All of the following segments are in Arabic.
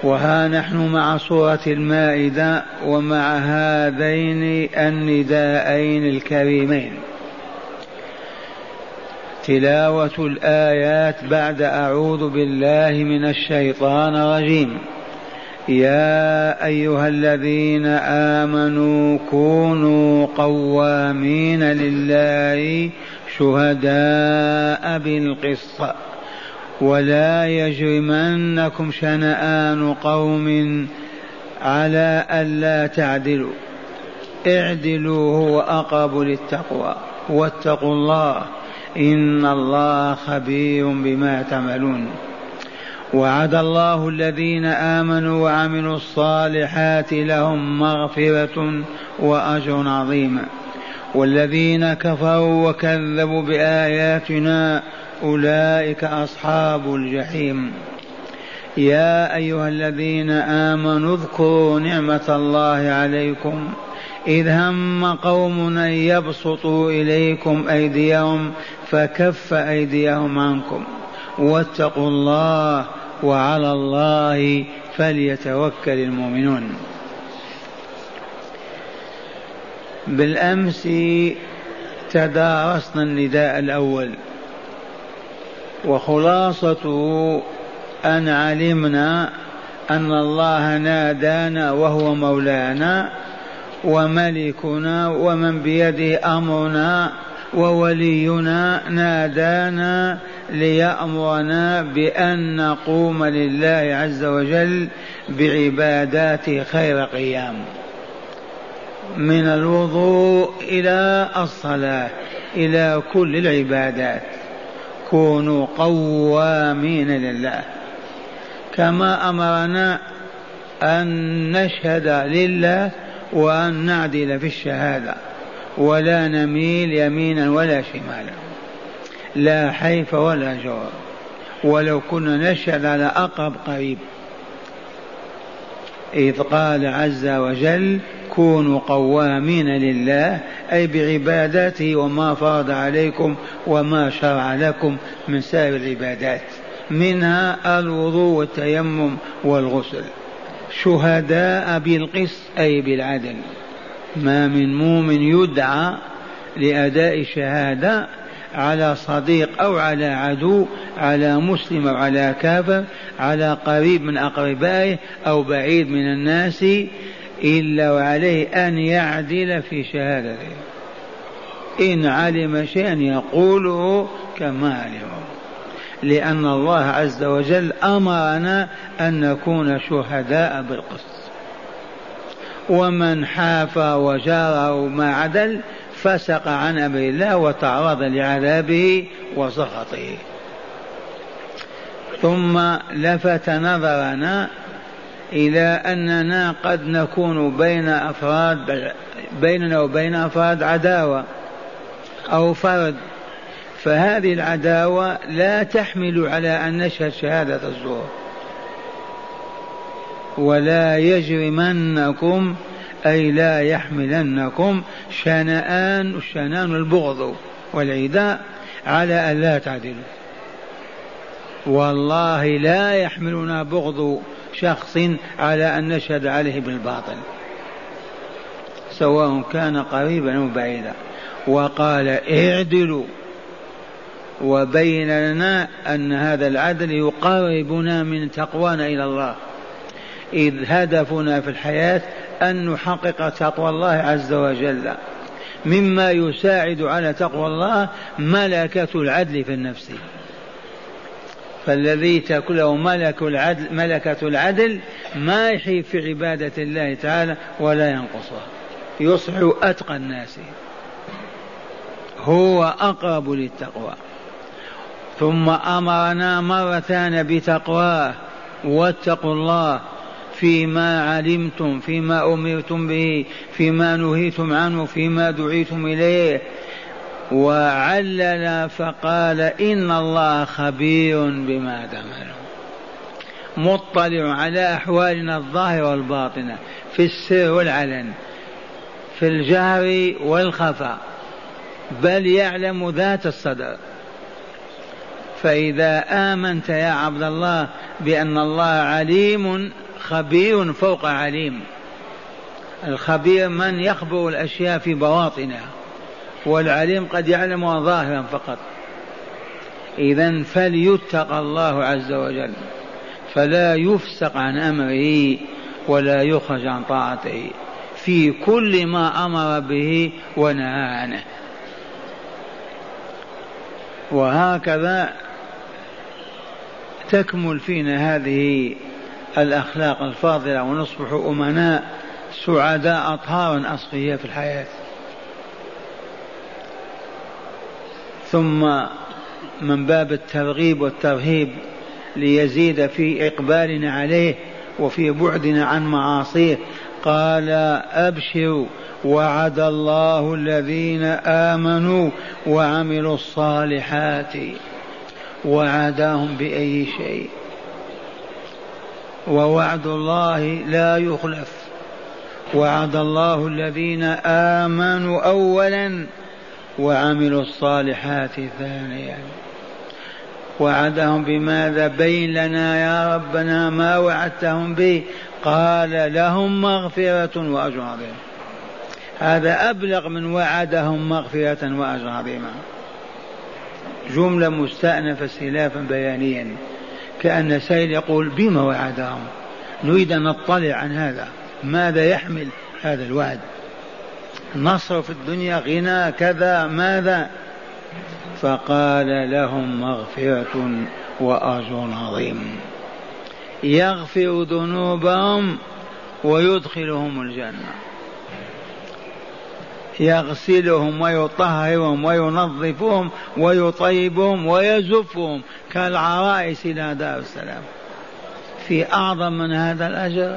وها نحن مع سورة المائدة ومع هذين النداءين الكريمين، تلاوة الآيات بعد أعوذ بالله من الشيطان الرجيم. يا أيها الذين آمنوا كونوا قوامين لله شهداء بالقسط ولا يجرمنكم شنآن قوم على ألا تعدلوا اعدلوا هو أقرب للتقوى واتقوا الله إن الله خبير بما تعملون. وعد الله الذين آمنوا وعملوا الصالحات لهم مغفرة وأجر عظيم، والذين كفروا وكذبوا بآياتنا أولئك أصحاب الجحيم. يا أيها الذين آمنوا اذكروا نعمة الله عليكم إذ هم قوم أن يبسطوا إليكم أيديهم فكف أيديهم عنكم واتقوا الله وعلى الله فليتوكل المؤمنون. بالأمس تدارسنا النداء الأول، وخلاصته أن علمنا أن الله نادانا وهو مولانا وملكنا ومن بيده أمرنا وولينا، نادانا ليأمرنا بأن نقوم لله عز وجل بعبادات خير قيام، من الوضوء إلى الصلاة إلى كل العبادات. كونوا قوامين لله، كما أمرنا أن نشهد لله وأن نعدل في الشهادة ولا نميل يمينا ولا شمالا، لا حيف ولا جور، ولو كنا نشهد على أقرب قريب، إذ قال عز وجل كونوا قوامين لله أي بعباداته وما فرض عليكم وما شرع لكم من سائر العبادات، منها الوضوء والتيمم والغسل. شهداء بالقسط أي بالعدل، ما من مؤمن يدعى لأداء شهادة على صديق أو على عدو، على مسلم أو على كافر، على قريب من أقربائه أو بعيد من الناس، إلا وعليه أن يعدل في شهادته. إن علم شيئا يقوله كما علمه، لأن الله عز وجل أمرنا أن نكون شهداء بالقسط. ومن حاف وجاره ما عدل فسق عن أمر الله وتعرض لعذابه وسخطه. ثم لفت نظرنا إلى أننا قد نكون بيننا وبين أفراد عداوة أو فرد، فهذه العداوة لا تحمل على أن نشهد شهادة الزور. ولا يجرمنكم أي لا يحملنكم شنآن البغض والعداء على أن لا تعدلوا. والله لا يحملنا بغض شخص على أن نشهد عليه بالباطل سواء كان قريبا أو بعيدا. وقال اعدلوا، وبين لنا أن هذا العدل يقربنا من تقوانا إلى الله، إذ هدفنا في الحياة أن نحقق تقوى الله عز وجل. مما يساعد على تقوى الله ملكة العدل في النفس، فالذي تأكله ملكة العدل ما يحيف في عبادة الله تعالى ولا ينقصها، يصبح أتقى الناس، هو أقرب للتقوى. ثم أمرنا مرة ثانية بتقواه، واتقوا الله فيما علمتم، فيما أمرتم به، فيما نهيتم عنه، فيما دعيتم إليه. وعلل فقال إن الله خبير بما تعملون، مطلع على أحوالنا الظاهرة والباطنة، في السر والعلن، في الجهر والخفاء، بل يعلم ذات الصدر. فإذا آمنت يا عبد الله بأن الله عليم خبير فوق عليم. الخبير من يخبر الأشياء في بواطنها، والعليم قد يعلمها ظاهرا فقط. إذن فليتقى الله عز وجل، فلا يفسق عن أمره ولا يخرج عن طاعته في كل ما أمر به ونهى عنه. وهكذا تكمل فينا هذه الأخلاق الفاضلة، ونصبح أمناء سعداء أطهارا أصفياء في الحياة. ثم من باب الترغيب والترهيب ليزيد في إقبالنا عليه وفي بعدنا عن معاصيه، قال: أبشروا وعد الله الذين آمنوا وعملوا الصالحات. وعدهم بأي شيء؟ ووعد الله لا يخلف. وعد الله الذين آمنوا أولا وعملوا الصالحات ثانيا. وعدهم بماذا؟ بين لنا يا ربنا ما وعدتهم به. قال: لهم مغفرة وأجر عظيم. هذا أبلغ من وعدهم مغفرة وأجر عظيما. جملة مستأنفة استئنافا بيانيا، كأن سائل يقول: بما وعدهم؟ نريد أن نطلع عن هذا، ماذا يحمل هذا الوعد؟ نصر في الدنيا، غنى، كذا، ماذا؟ فقال: لهم مغفرة وأجر عظيم. يغفر ذنوبهم ويدخلهم الجنة، يغسلهم ويطهرهم وينظفهم ويطيبهم ويزفهم كالعرائس إلى دار السلام. في أعظم من هذا الأجر؟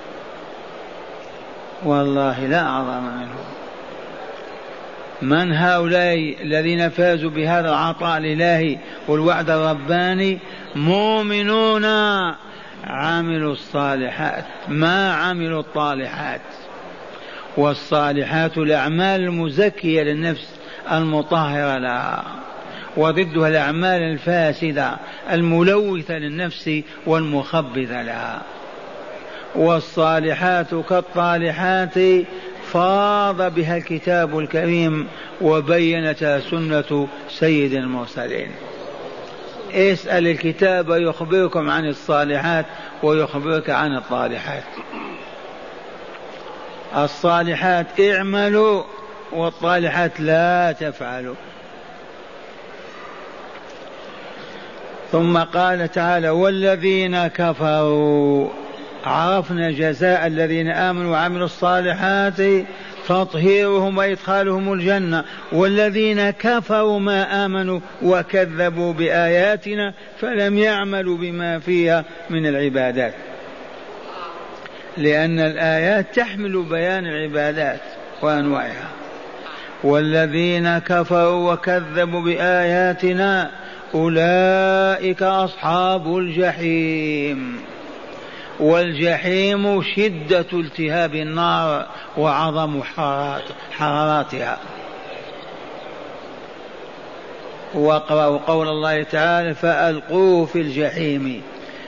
والله لا أعظم منه. من هؤلاء الذين فازوا بهذا العطاء الإلهي والوعد الرباني؟ مؤمنون عملوا الصالحات، ما عملوا الطالحات. والصالحات الأعمال المزكية للنفس المطهرة لها، وضدها الأعمال الفاسدة الملوثة للنفس والمخبثة لها. والصالحات كالطالحات فاض بها الكتاب الكريم وبينتها سنة سيد المرسلين. اسأل الكتاب يخبركم عن الصالحات ويخبرك عن الطالحات. الصالحات اعملوا والطالحات لا تفعلوا. ثم قال تعالى: والذين كفروا. عرفنا جزاء الذين آمنوا وعملوا الصالحات تطهيرهم وإدخالهم الجنة. والذين كفروا ما آمنوا وكذبوا بآياتنا فلم يعملوا بما فيها من العبادات، لأن الآيات تحمل بيان العبادات وأنواعها. والذين كفروا وكذبوا بآياتنا أولئك أصحاب الجحيم. والجحيم شدة التهاب النار وعظم حرارتها. واقرأوا قول الله تعالى: فألقوه في الجحيم.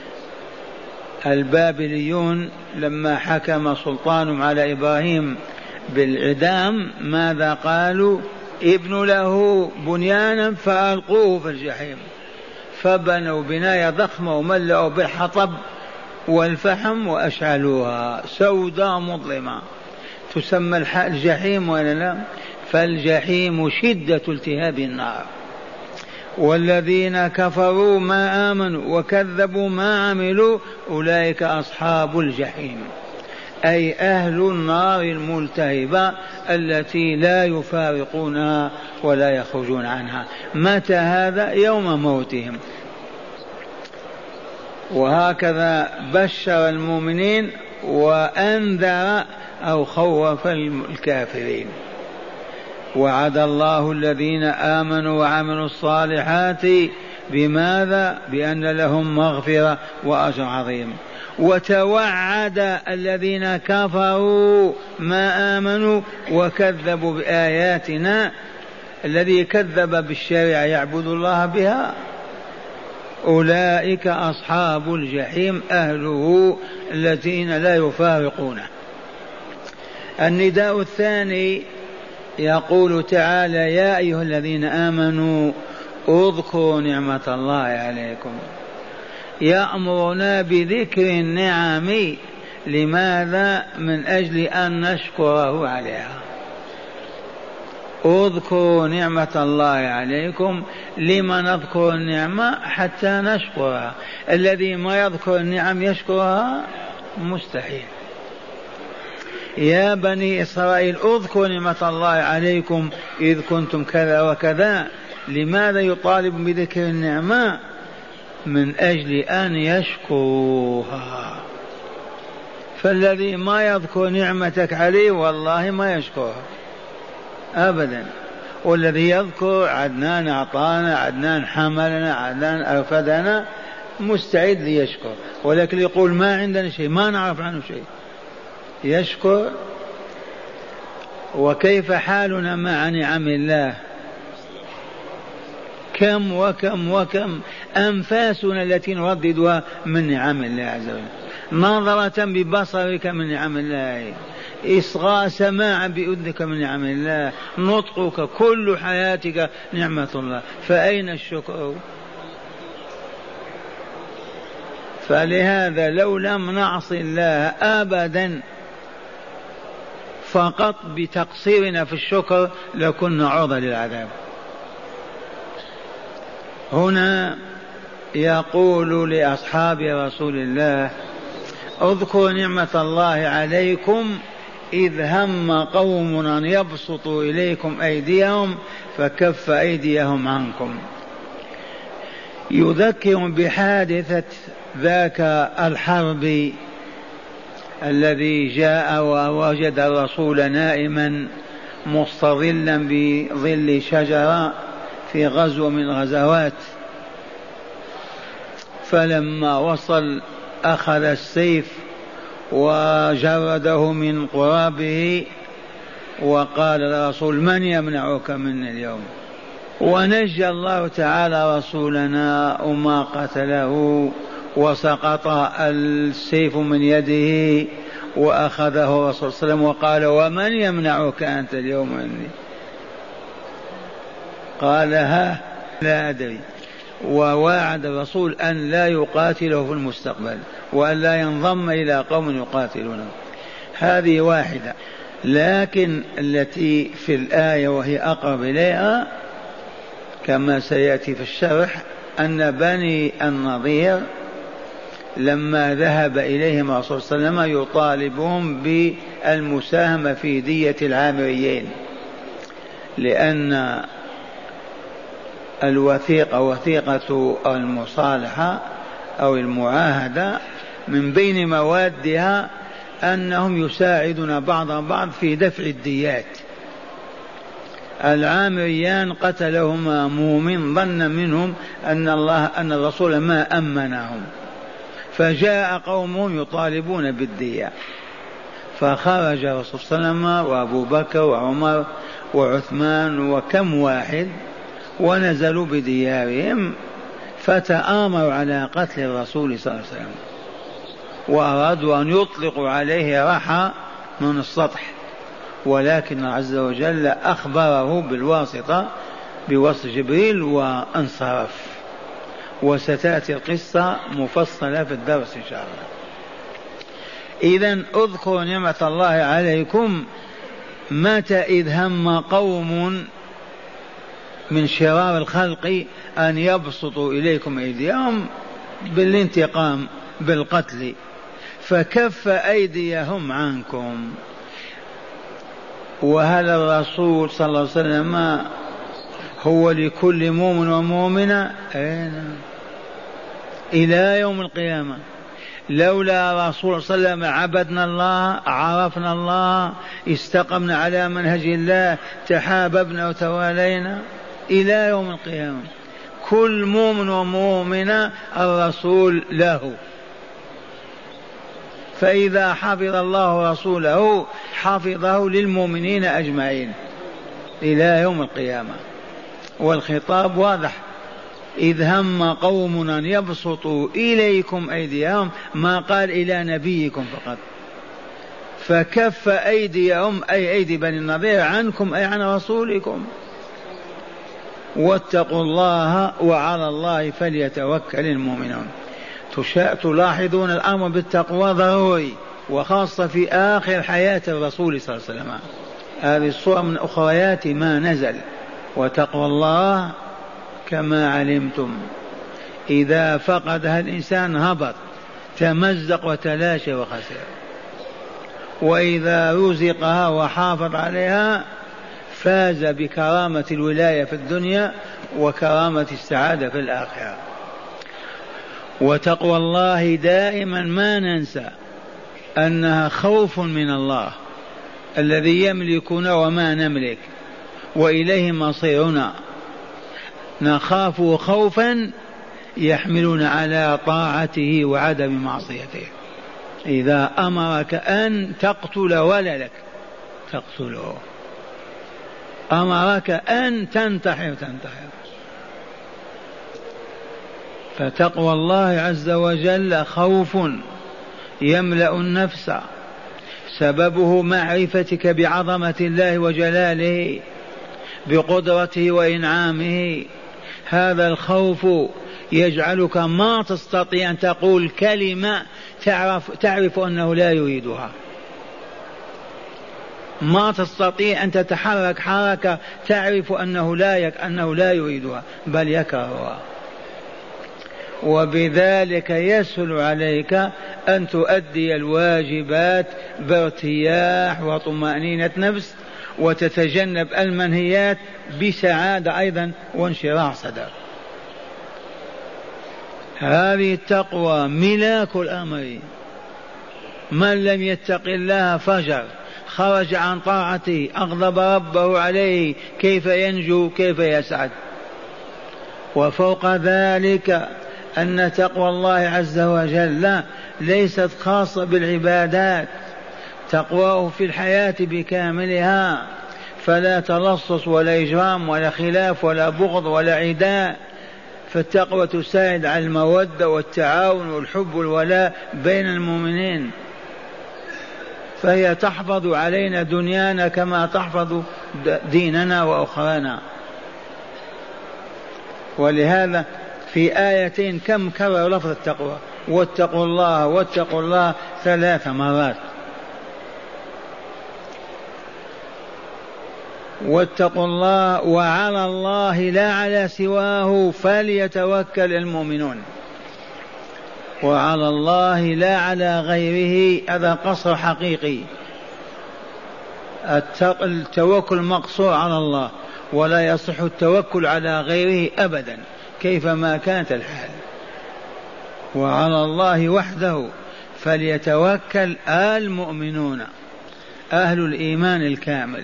البابليون لما حكم سلطانهم على إبراهيم بالإعدام ماذا قالوا؟ ابن له بنيانا فألقوه في الجحيم. فبنوا بناية ضخمة وملأوا بالحطب والفحم وأشعلوها سوداء مظلمة، تسمى الجحيم ولا لا؟ فالجحيم شدة التهاب النار. والذين كفروا ما آمنوا وكذبوا ما عملوا أولئك أصحاب الجحيم، أي أهل النار الملتهبة التي لا يفارقونها ولا يخرجون عنها. متى هذا؟ يوم موتهم. وهكذا بشر المؤمنين وأنذر أو خوف الكافرين. وعد الله الذين آمنوا وعملوا الصالحات بماذا؟ بأن لهم مغفرة وأجر عظيم. وتوعد الذين كفروا ما آمنوا وكذبوا بآياتنا. الذي كذب بالشريعة يعبد الله بها، أولئك أصحاب الجحيم أهله الذين لا يفارقونه. النداء الثاني يقول تعالى يا أيها الذين آمنوا اذكروا نعمة الله عليكم. يأمرنا بذكر النعم. لماذا؟ من أجل أن نشكره عليها. اذكروا نعمة الله عليكم. لما نذكر النعمة؟ حتى نشكرها. الذي ما يذكر النعم يشكرها؟ مستحيل. يا بني إسرائيل اذكروا نعمة الله عليكم إذ كنتم كذا وكذا. لماذا يطالب بذكر النعمة؟ من أجل أن يشكروها. فالذي ما يذكر نعمتك عليه والله ما يشكرها أبدا. والذي يذكر عدنان أعطانا، عدنان حملنا، عدنان أرفدنا، مستعد ليشكر. ولكن يقول ما عندنا شيء، ما نعرف عنه شيء، يشكر. وكيف حالنا مع نعم الله؟ كم وكم وكم أنفاسنا التي نرددها من نعم الله عز وجل. نظرة ببصرك من نعم الله، إصغاء سماع بأذنك من نعم الله، نطقك، كل حياتك نعمة الله. فأين الشكر؟ فلهذا لو لم نعص الله أبدا فقط بتقصيرنا في الشكر لكنا عرضة للعذاب. هنا يقول لأصحاب رسول الله اذكروا نعمة الله عليكم إذ هم قوم أن يبسطوا إليكم أيديهم فكف أيديهم عنكم. يذكر بحادثة ذاك الحرب الذي جاء ووجد الرسول نائما مستظلا بظل شجرة في غزو من الغزوات. فلما وصل أخذ السيف وجرده من قرابه وقال الرسول من يمنعك مني اليوم؟ ونجى الله تعالى رسولنا وما قتله، وسقط السيف من يده وأخذه الرسول صلى الله عليه وسلم وقال ومن يمنعك أنت اليوم مني؟ قال ها لا أدري. وواعد الرسول أن لا يقاتله في المستقبل وأن لا ينضم إلى قوم يقاتلونه. هذه واحدة. لكن التي في الآية وهي أقرب إليها كما سيأتي في الشرح أن بني النضير لما ذهب إليهم الرسول صلى الله عليه وسلم يطالبهم بالمساهمة في دية العامريين، لأن وثيقة المصالحة أو المعاهدة من بين موادها أنهم يساعدون بعضهم بعض في دفع الديات. العامريان قتلهما مؤمن ظن منهم أن الرسول ما أمنهم، فجاء قومهم يطالبون بالدية، فخرج الرسول صلى الله عليه وسلم وأبو بكر وعمر وعثمان وكم واحد ونزلوا بديارهم فتآمروا على قتل الرسول صلى الله عليه وسلم وأرادوا أن يطلقوا عليه رحى من السطح، ولكن عز وجل أخبره بالواسطة بواسط جبريل وانصرف. وستأتي القصة مفصلة في الدرس إن شاء الله. إذن اذكروا نعمة الله عليكم متى إذ هم قوم من شرار الخلق أن يبسطوا إليكم أيديهم بالانتقام بالقتل فكف أيديهم عنكم. وهل الرسول صلى الله عليه وسلم هو لكل مؤمن ومؤمنة؟ إلى يوم القيامة. لولا رسول صلى الله عليه وسلم عبدنا الله، عرفنا الله، استقمنا على منهج الله، تحاببنا وتوالينا إلى يوم القيامة. كل مؤمن ومؤمنة الرسول له، فإذا حفظ الله رسوله حفظه للمؤمنين أجمعين إلى يوم القيامة. والخطاب واضح إذ هم قوم أن يبسطوا إليكم أيديهم، ما قال إلى نبيكم فقط، فكف أيديهم أي أيدي بني النضير عنكم أي عن رسولكم. واتقوا الله وعلى الله فليتوكل المؤمنون. تلاحظون الأمر بالتقوى ضروري، وخاصة في آخر حياة الرسول صلى الله عليه وسلم. هذه الصورة من أخريات ما نزل. وتقوى الله كما علمتم إذا فقدها الإنسان هبط، تمزق وتلاشى وخسر، وإذا رزقها وحافظ عليها فاز بكرامة الولاية في الدنيا وكرامة السعادة في الآخرة. وتقوى الله دائما ما ننسى أنها خوف من الله الذي يملكنا وما نملك، وإليه مصيرنا. نخاف خوفا يحملنا على طاعته وعدم معصيته. إذا أمرك أن تقتل ولدك تقتله، أمرك أن تنتحر تنتحر. فتقوى الله عز وجل خوف يملأ النفس، سببه معرفتك بعظمة الله وجلاله، بقدرته وإنعامه. هذا الخوف يجعلك ما تستطيع أن تقول كلمة تعرف أنه لا يريدها، ما تستطيع أن تتحرك حركة تعرف أنه لا يريدها بل يكرهها. وبذلك يسهل عليك أن تؤدي الواجبات بارتياح وطمأنينة نفس، وتتجنب المنهيات بسعادة أيضا وانشراح صدر. هذه التقوى ملاك الأمر. من لم يتق الله فجر، خرج عن طاعته، أغضب ربه عليه، كيف ينجو كيف يسعد؟ وفوق ذلك أن تقوى الله عز وجل ليست خاصة بالعبادات، تقواه في الحياة بكاملها، فلا تلصص ولا إجرام ولا خلاف ولا بغض ولا عداء. فالتقوى تساعد على المودة والتعاون والحب والولاء بين المؤمنين، فهي تحفظ علينا دنيانا كما تحفظ ديننا وأخرانا. ولهذا في آيتين كم كرر لفظ التقوى، واتقوا الله واتقوا الله 3 مرات. واتقوا الله وعلى الله لا على سواه فليتوكل المؤمنون. وعلى الله لا على غيره، هذا قصر حقيقي. التوكل مقصور على الله، ولا يصح التوكل على غيره أبدا كيفما كانت الحال. وعلى الله وحده فليتوكل المؤمنون أهل الإيمان الكامل.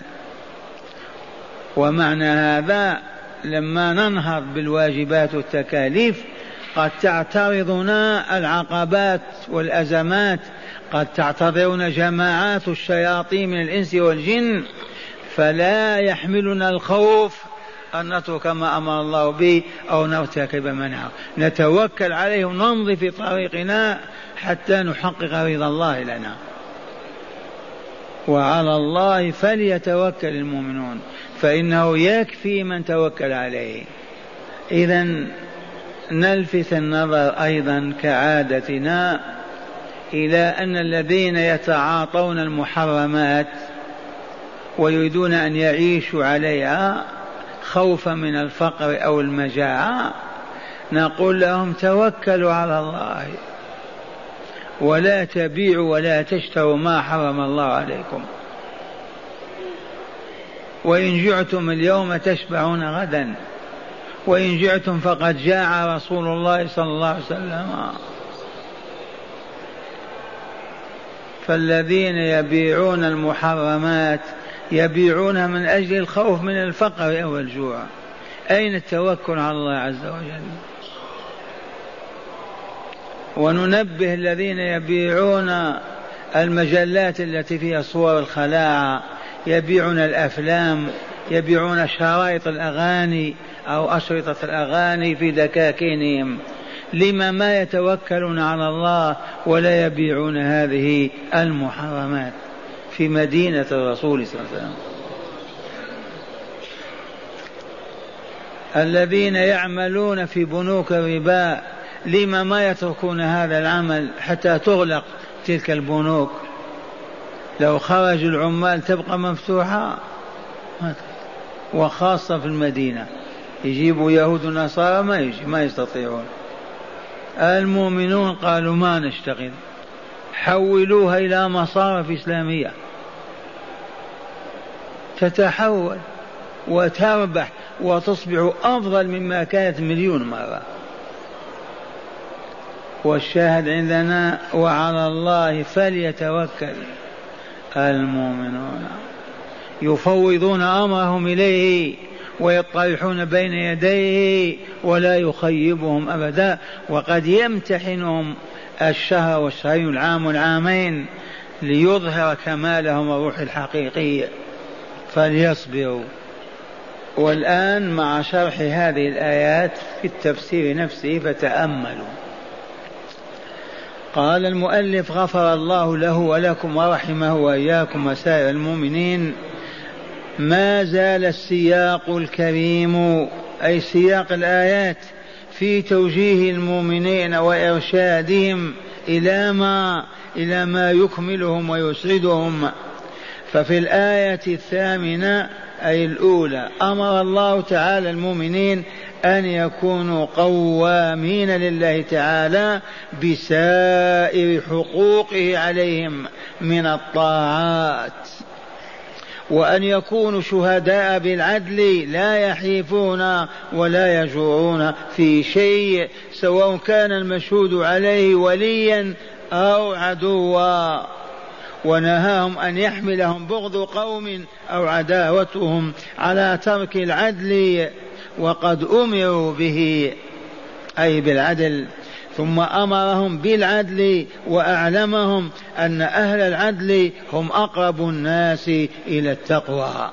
ومعنى هذا لما ننهض بالواجبات والتكاليف قد تعترضنا العقبات والأزمات، قد تعترضنا جماعات الشياطين من الإنس والجن، فلا يحملنا الخوف أن نترك ما أمر الله به أو نرتكب منعه، نتوكل عليه ونمضي في طريقنا حتى نحقق رضا الله لنا. وعلى الله فليتوكل المؤمنون، فإنه يكفي من توكل عليه. إذن نلفت النظر أيضا كعادتنا إلى أن الذين يتعاطون المحرمات ويريدون أن يعيشوا عليها خوفا من الفقر أو المجاعة، نقول لهم توكلوا على الله ولا تبيعوا ولا تشتروا ما حرم الله عليكم، وإن جعتم اليوم تشبعون غدا، وإن جعتم فقد جاع رسول الله صلى الله عليه وسلم. فالذين يبيعون المحرمات يبيعونها من أجل الخوف من الفقر أو الجوع. أين التوكل على الله عز وجل؟ وننبه الذين يبيعون المجلات التي فيها صور الخلاعة يبيعون الأفلام، يبيعون شرايط الأغاني أو أشرطة الأغاني في دكاكينهم. لما ما يتوكلون على الله ولا يبيعون هذه المحرمات في مدينة الرسول صلى الله عليه وسلم؟ الذين يعملون في بنوك الربا لما ما يتركون هذا العمل حتى تغلق تلك البنوك؟ لو خرج العمال تبقى مفتوحة، وخاصة في المدينة يجيبوا يهود ونصارى ما يستطيعون. المؤمنون قالوا ما نشتغل، حولوها إلى مصارف إسلامية تتحول وتربح وتصبح أفضل مما كانت مليون مرة. والشاهد عندنا وعلى الله فليتوكل المؤمنون، يفوضون أمرهم إليه ويطرحون بين يديه ولا يخيبهم أبدا. وقد يمتحنهم الشهر والشهرين العام والعامين ليظهر كمالهم الروح الحقيقي، فليصبروا. والآن مع شرح هذه الآيات في التفسير نفسه فتأملوا. قال المؤلف غفر الله له ولكم ورحمه وإياكم وسائر المؤمنين. ما زال السياق الكريم أي سياق الآيات في توجيه المؤمنين وإرشادهم إلى ما يكملهم ويسعدهم. ففي الآية 8 أي الأولى أمر الله تعالى المؤمنين أن يكونوا قوامين لله تعالى بسائر حقوقه عليهم من الطاعات، وأن يكونوا شهداء بالعدل لا يحيفون ولا يجورون في شيء، سواء كان المشهود عليه وليا أو عدوا. ونهاهم أن يحملهم بغض قوم أو عداوتهم على ترك العدل وقد أمروا به أي بالعدل. ثم أمرهم بالعدل وأعلمهم أن أهل العدل هم أقرب الناس إلى التقوى،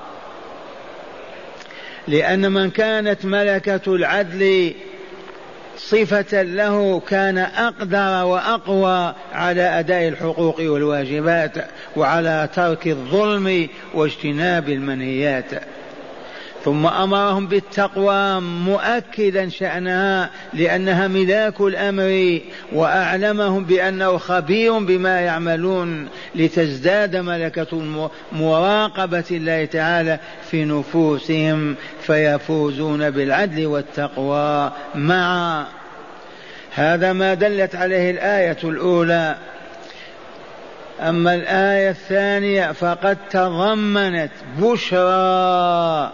لأن من كانت ملكة العدل صفة له كان أقدر وأقوى على أداء الحقوق والواجبات وعلى ترك الظلم واجتناب المنهيات. ثم أمرهم بالتقوى مؤكدا شأنها لأنها ملاك الأمر، وأعلمهم بأنه خبير بما يعملون لتزداد ملكة مراقبة الله تعالى في نفوسهم فيفوزون بالعدل والتقوى معا. هذا ما دلت عليه الآية الأولى. أما الآية الثانية فقد تضمنت بشرى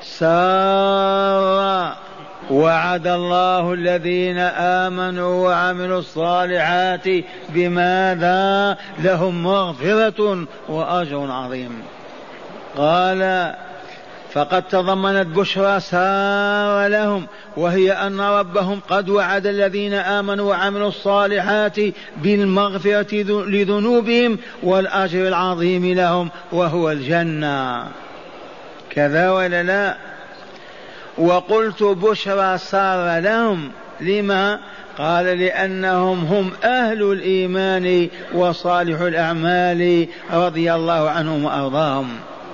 سارة. وعد الله الذين آمنوا وعملوا الصالحات بماذا؟ لهم مغفرة وأجر عظيم. قال فقد تضمنت بشرى سار لهم، وهي أن ربهم قد وعد الذين آمنوا وعملوا الصالحات بالمغفرة لذنوبهم والأجر العظيم لهم وهو الجنة. كذا ولا لا؟ وقلت بشرى سار لهم لما؟ قال لأنهم هم أهل الإيمان وصالح الأعمال رضي الله عنهم وأرضاهم.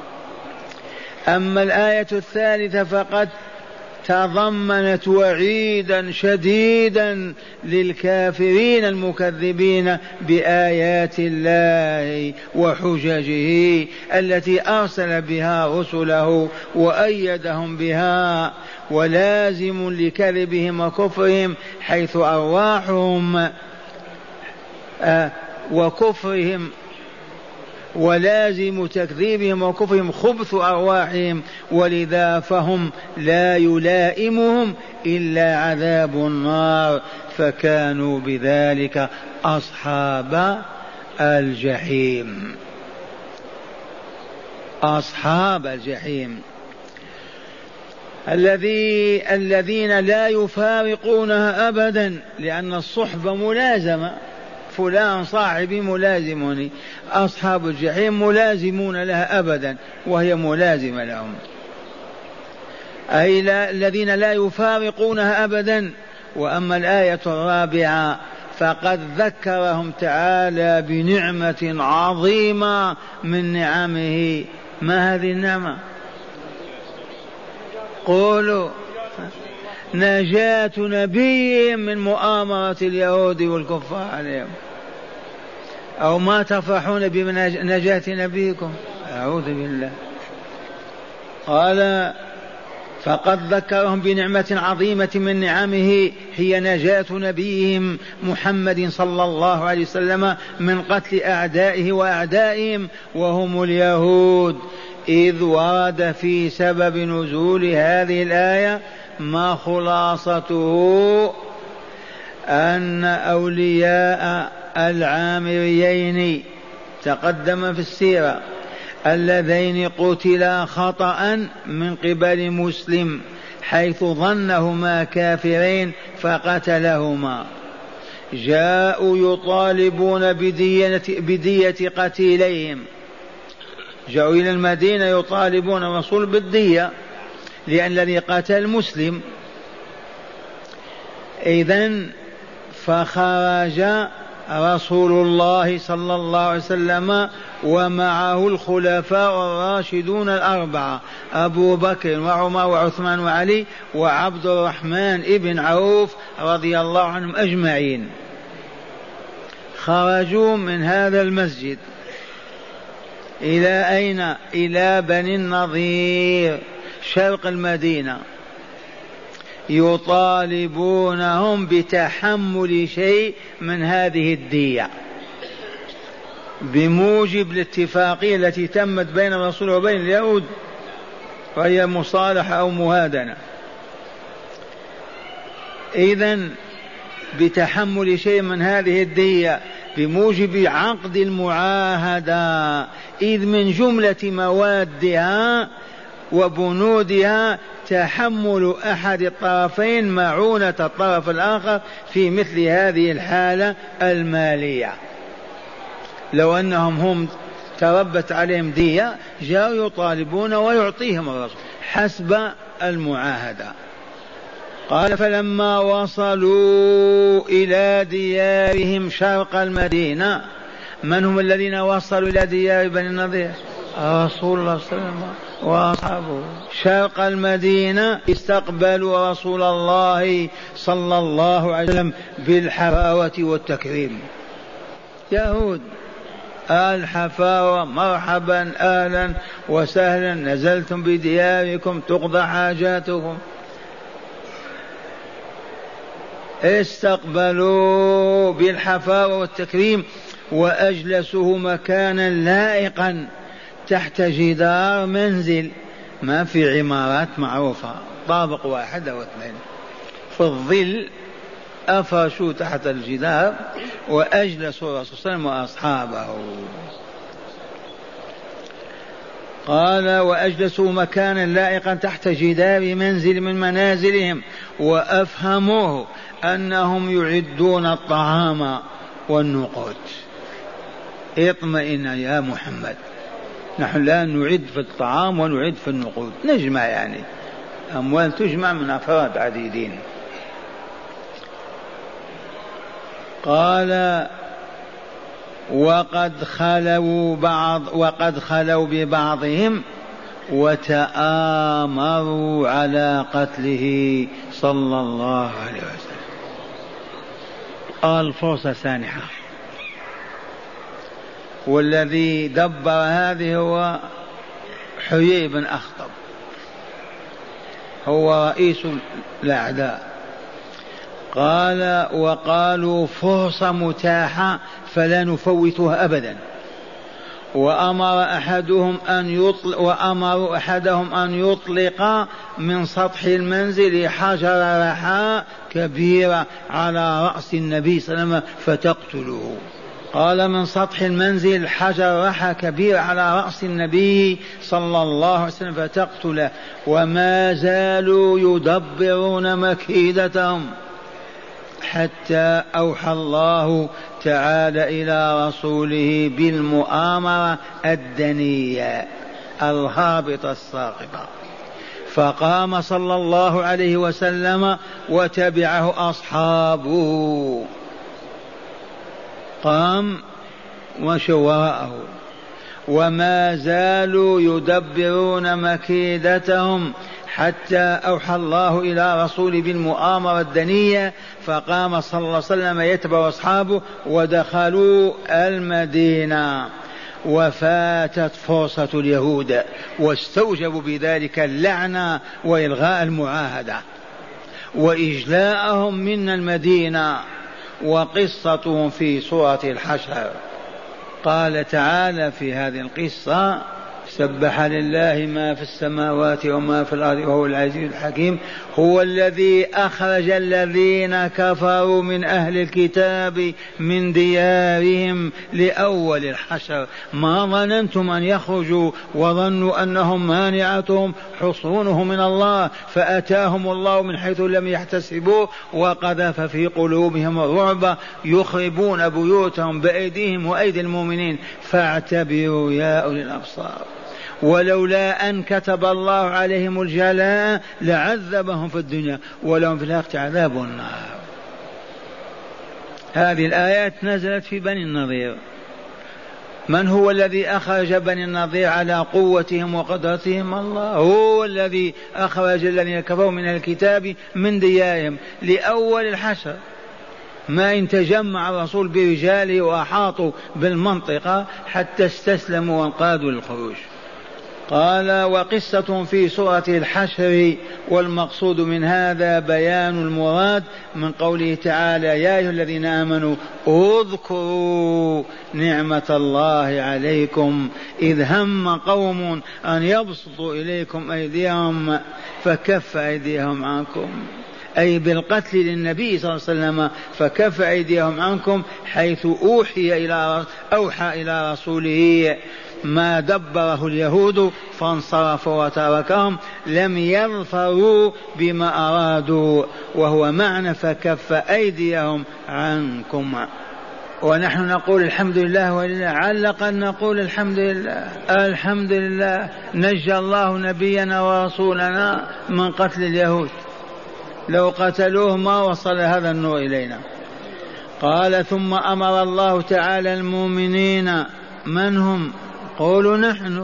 أما الآية الثالثة فقد تضمنت وعيدا شديدا للكافرين المكذبين بآيات الله وحججه التي أرسل بها رسله وأيدهم بها، ولازم لكذبهم وكفرهم حيث أرواحهم وكفرهم، ولازم تكذيبهم وكفرهم خبث أرواحهم، ولذا فهم لا يلائمهم إلا عذاب النار، فكانوا بذلك أصحاب الجحيم. أصحاب الجحيم الذين لا يفارقونها أبدا، لأن الصحبة ملازمة، فلان صاحبي ملازمني. أصحاب الجحيم ملازمون لها أبدا وهي ملازمة لهم، أي الذين لا يفارقونها أبدا. وأما الآية الرابعة فقد ذكرهم تعالى بنعمة عظيمة من نعمه. ما هذه النعمة؟ قولوا. نجاة نبي من مؤامرة اليهود والكفار عليهم. أو ما تفرحون بنجاة نبيكم؟ أعوذ بالله. قال فقد ذكرهم بنعمة عظيمة من نعمه هي نجاة نبيهم محمد صلى الله عليه وسلم من قتل أعدائه وأعدائهم وهم اليهود. إذ ورد في سبب نزول هذه الآية ما خلاصته أن أولياء العامريين تقدم في السيرة اللذين قتلا خطأ من قبل مسلم حيث ظنهما كافرين فقتلهما، جاءوا يطالبون بدية قتيليهم. جاءوا إلى المدينة يطالبون الرسول بالدية لأن الذي قتل مسلم. إذن فخرج رسول الله صلى الله عليه وسلم ومعه الخلفاء الراشدون الأربعة أبو بكر وعمر وعثمان وعلي وعبد الرحمن ابن عوف رضي الله عنهم أجمعين. خرجوا من هذا المسجد إلى أين؟ إلى بني النضير شرق المدينة، يطالبونهم بتحمل شيء من هذه الدية بموجب الاتفاقية التي تمت بين الرسول وبين اليهود، وهي مصالحة أو مهادنة. إذن بتحمل شيء من هذه الدية بموجب عقد المعاهدة، إذ من جملة موادها وبنودها تحمل أحد الطرفين معونة الطرف الآخر في مثل هذه الحالة المالية. لو أنهم هم تربت عليهم دية جاءوا يطالبون ويعطيهم الرسول حسب المعاهدة. قال فلما وصلوا إلى ديارهم شرق المدينة، من هم الذين وصلوا إلى ديار بني النضير؟ رسول الله صلى الله عليه وسلم وأصحابه. شرق المدينة استقبلوا رسول الله صلى الله عليه وسلم بالحفاوة والتكريم. يهود الحفاوة، مرحبا أهلا وسهلا، نزلتم بدياركم تقضى حاجاتكم. استقبلوا بالحفاوة والتكريم وأجلسوه مكانا لائقا تحت جدار منزل، ما في عمارات معروفة طابق واحد أو اثنين، في الظل أفرشوا تحت الجدار وأجلسوا الرسول صلى الله عليه وسلم وأصحابه. قال وأجلسوا مكانا لائقا تحت جدار منزل من منازلهم وأفهموه أنهم يعدون الطعام والنقود. اطمئن يا محمد، نحن لا نعد في الطعام ونعد في النقود، نجمع يعني أموال تجمع من أفراد عديدين. قال وقد خلوا ببعضهم وتآمروا على قتله صلى الله عليه وسلم. الفرصة سانحة، والذي دبر هذه هو حيي بن أخطب، هو رئيس الأعداء. قال وقالوا فرصة متاحة فلا نفوتها أبدا. وأمروا أحدهم أن يطلق من سطح المنزل حجر رحاء كبيرة على رأس النبي صلى الله عليه وسلم فتقتله. قال من سطح المنزل حجر رحى كبير على رأس النبي صلى الله عليه وسلم فتقتله. وما زالوا يدبرون مكيدتهم، حتى أوحى الله تعالى إلى رسوله بالمؤامرة الدنية الهابطة الساقطة، فقام صلى الله عليه وسلم وتبعه أصحابه، قام ومشوا وراءه، وما زالوا يدبرون مكيدتهم حتى أوحى الله إلى رسوله بالمؤامرة الدنية، فقام صلى الله عليه وسلم يتبع أصحابه ودخلوا المدينة، وفاتت فرصة اليهود واستوجبوا بذلك اللعنة وإلغاء المعاهدة وإجلاءهم من المدينة. وقصتهم في سورة الحشر، قال تعالى في هذه القصة: سبح لله ما في السماوات وما في الأرض وهو العزيز الحكيم، هو الذي أخرج الذين كفروا من أهل الكتاب من ديارهم لأول الحشر، ما ظننتم أن يخرجوا وظنوا أنهم مانعتهم حصونهم من الله، فأتاهم الله من حيث لم يحتسبوه وقذف في قلوبهم الرعب يخربون بيوتهم بأيديهم وأيدي المؤمنين، فاعتبروا يا أولي الأبصار. ولولا أن كتب الله عليهم الجلاء لعذبهم في الدنيا ولهم في الآخرة عذاب النار. هذه الآيات نزلت في بني النضير. من هو الذي أخرج بني النضير على قوتهم وقدرتهم؟ الله هو الذي أخرج الذين كفروا من الكتاب من ديارهم لأول الحشر، ما إن تجمع الرسول برجاله وأحاطوا بالمنطقة حتى استسلموا وانقادوا للخروج. قال: وقصة في سورة الحشر، والمقصود من هذا بيان المراد من قوله تعالى: يا أيها الذين آمنوا اذكروا نعمة الله عليكم إذ هم قوم أن يبسطوا إليكم أيديهم فكف أيديهم عنكم، أي بالقتل للنبي صلى الله عليه وسلم فكف أيديهم عنكم، حيث أوحى إلى رسوله ما دبره اليهود فانصرفوا وتركهم، لم يظفروا بما أرادوا، وهو معنى فكف أيديهم عنكم. ونحن نقول الحمد لله ولله، علق أن نقول الحمد لله. الحمد لله نجى الله نبينا ورسولنا من قتل اليهود، لو قتلوه ما وصل هذا النور إلينا. قال: ثم أمر الله تعالى المؤمنين، من هم؟ قولوا نحن،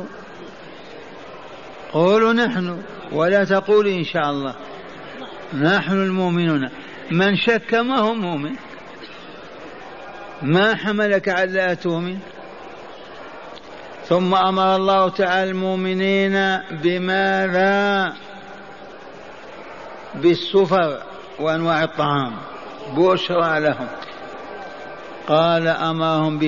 قولوا نحن، ولا تقولوا إن شاء الله، نحن المؤمنون. من شك ما هو مؤمن، ما حملك على لا تؤمن؟ ثم أمر الله تعالى المؤمنين بماذا؟ بالسفر وأنواع الطعام، بشرى لهم. قال: أمرهم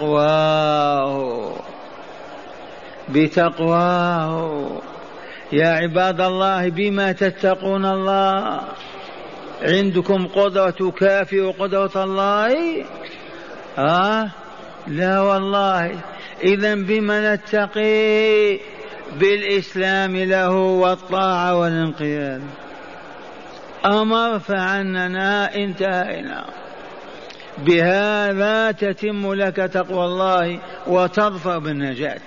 بتقواه. يا عباد الله، بما تتقون الله؟ عندكم قدرة تكافئ قدرة الله؟ لا والله. إذن بما نتقي؟ بالإسلام له والطاعة والانقياد. أمر فعننا، انتهينا. بهذا تتم لك تقوى الله وتظفر بالنجاة.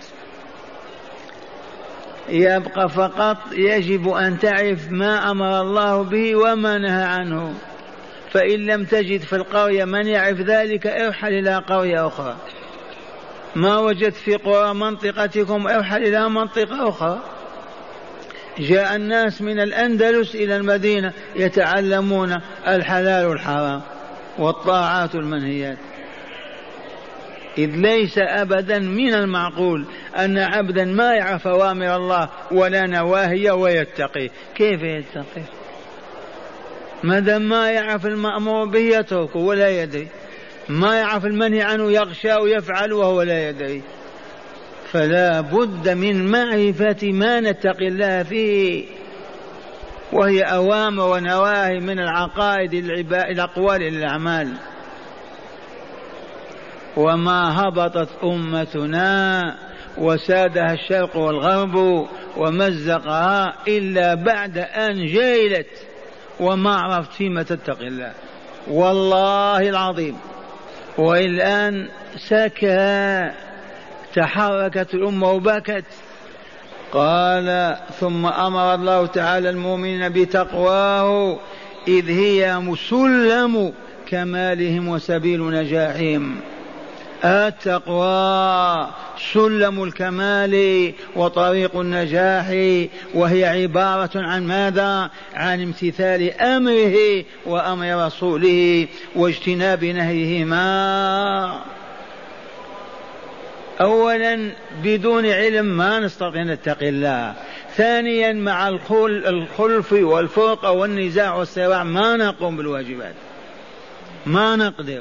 يبقى فقط يجب أن تعرف ما أمر الله به وما نهى عنه، فإن لم تجد في القرية من يعرف ذلك ارحل إلى قرية أخرى، ما وجدت في قرى منطقتكم ارحل إلى منطقة أخرى. جاء الناس من الأندلس إلى المدينة يتعلمون الحلال والحرام والطاعات والمنهيات، إذ ليس أبدا من المعقول أن عبدا ما يعرف أوامر الله ولا نواهي ويتقي. كيف يتقي؟ مادام ما يعرف المأمور به يتركه ولا يدري، ما يعرف المنهي عنه يغشى ويفعل وهو لا يدري. فلا بد من معرفة ما نتقي الله فيه، وهي أوامر ونواهي من العقائد الأقوال الأعمال. وما هبطت أمتنا وسادها الشرق والغرب ومزقها إلا بعد أن جيلت وما عرفت فيما تتقي الله والله العظيم. والآن سكى، تحركت الأمة وبكت. قال ثم أمر الله تعالى المؤمنين بتقواه إذ هي سلم كمالهم وسبيل نجاحهم. التقوى سلم الكمال وطريق النجاح، وهي عبارة عن ماذا؟ عن امتثال أمره وأمر رسوله واجتناب نهيهما. أولا بدون علم ما نستطيع أن نتقي الله. ثانيا مع الخلف والفرقة والنزاع والصراع ما نقوم بالواجبات، ما نقدر.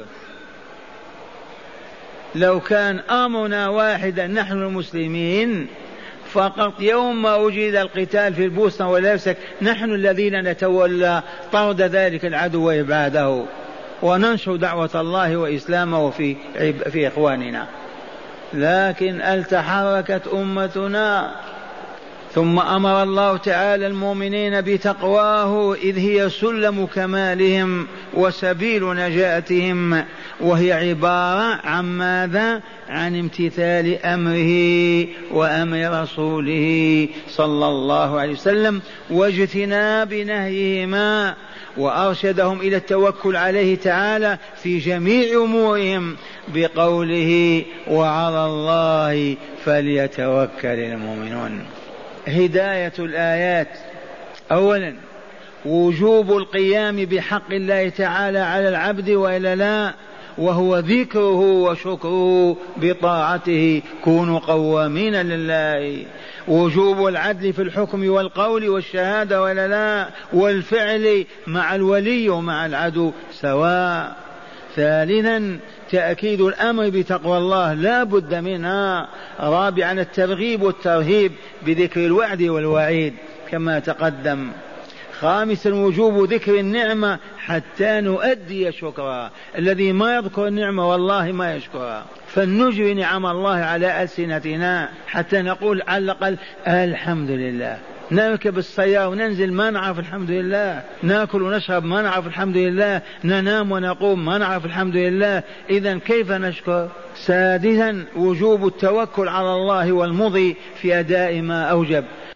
لو كان أمرنا واحدا نحن المسلمين فقط، يوم ما وجد القتال في البوسنة والهرسك نحن الذين نتولى طرد ذلك العدو وإبعاده وننشر دعوة الله وإسلامه في إخواننا. لكن التحركت أمتنا. ثم أمر الله تعالى المؤمنين بتقواه إذ هي سلم كمالهم وسبيل نجاتهم، وهي عبارة عن ماذا؟ عن امتثال أمره وأمر رسوله صلى الله عليه وسلم واجتناب نهيهما، وأرشدهم إلى التوكل عليه تعالى في جميع أمورهم بقوله وعلى الله فليتوكل المؤمنون. هداية الآيات: أولا وجوب القيام بحق الله تعالى على العبد وإلا لا، وهو ذكره وشكره بطاعته، كونوا قوامين لله. وجوب العدل في الحكم والقول والشهادة ولا لا، والفعل مع الولي ومع العدو سواء. ثالثا تأكيد الأمر بتقوى الله لا بد منها. رابعا الترغيب والترهيب بذكر الوعد والوعيد كما تقدم. خامسا وجوب ذكر النعمة حتى نؤدي شكرها. الذي ما يذكر النعمة والله ما يشكرها. فلنجري نعم الله على ألسنتنا حتى نقول على الأقل الحمد لله. نركب السيارة وننزل ما نعرف الحمد لله، ناكل ونشرب ما نعرف الحمد لله، ننام ونقوم ما نعرف الحمد لله. إذن كيف نشكر؟ سادسا وجوب التوكل على الله والمضي في أداء ما أوجب.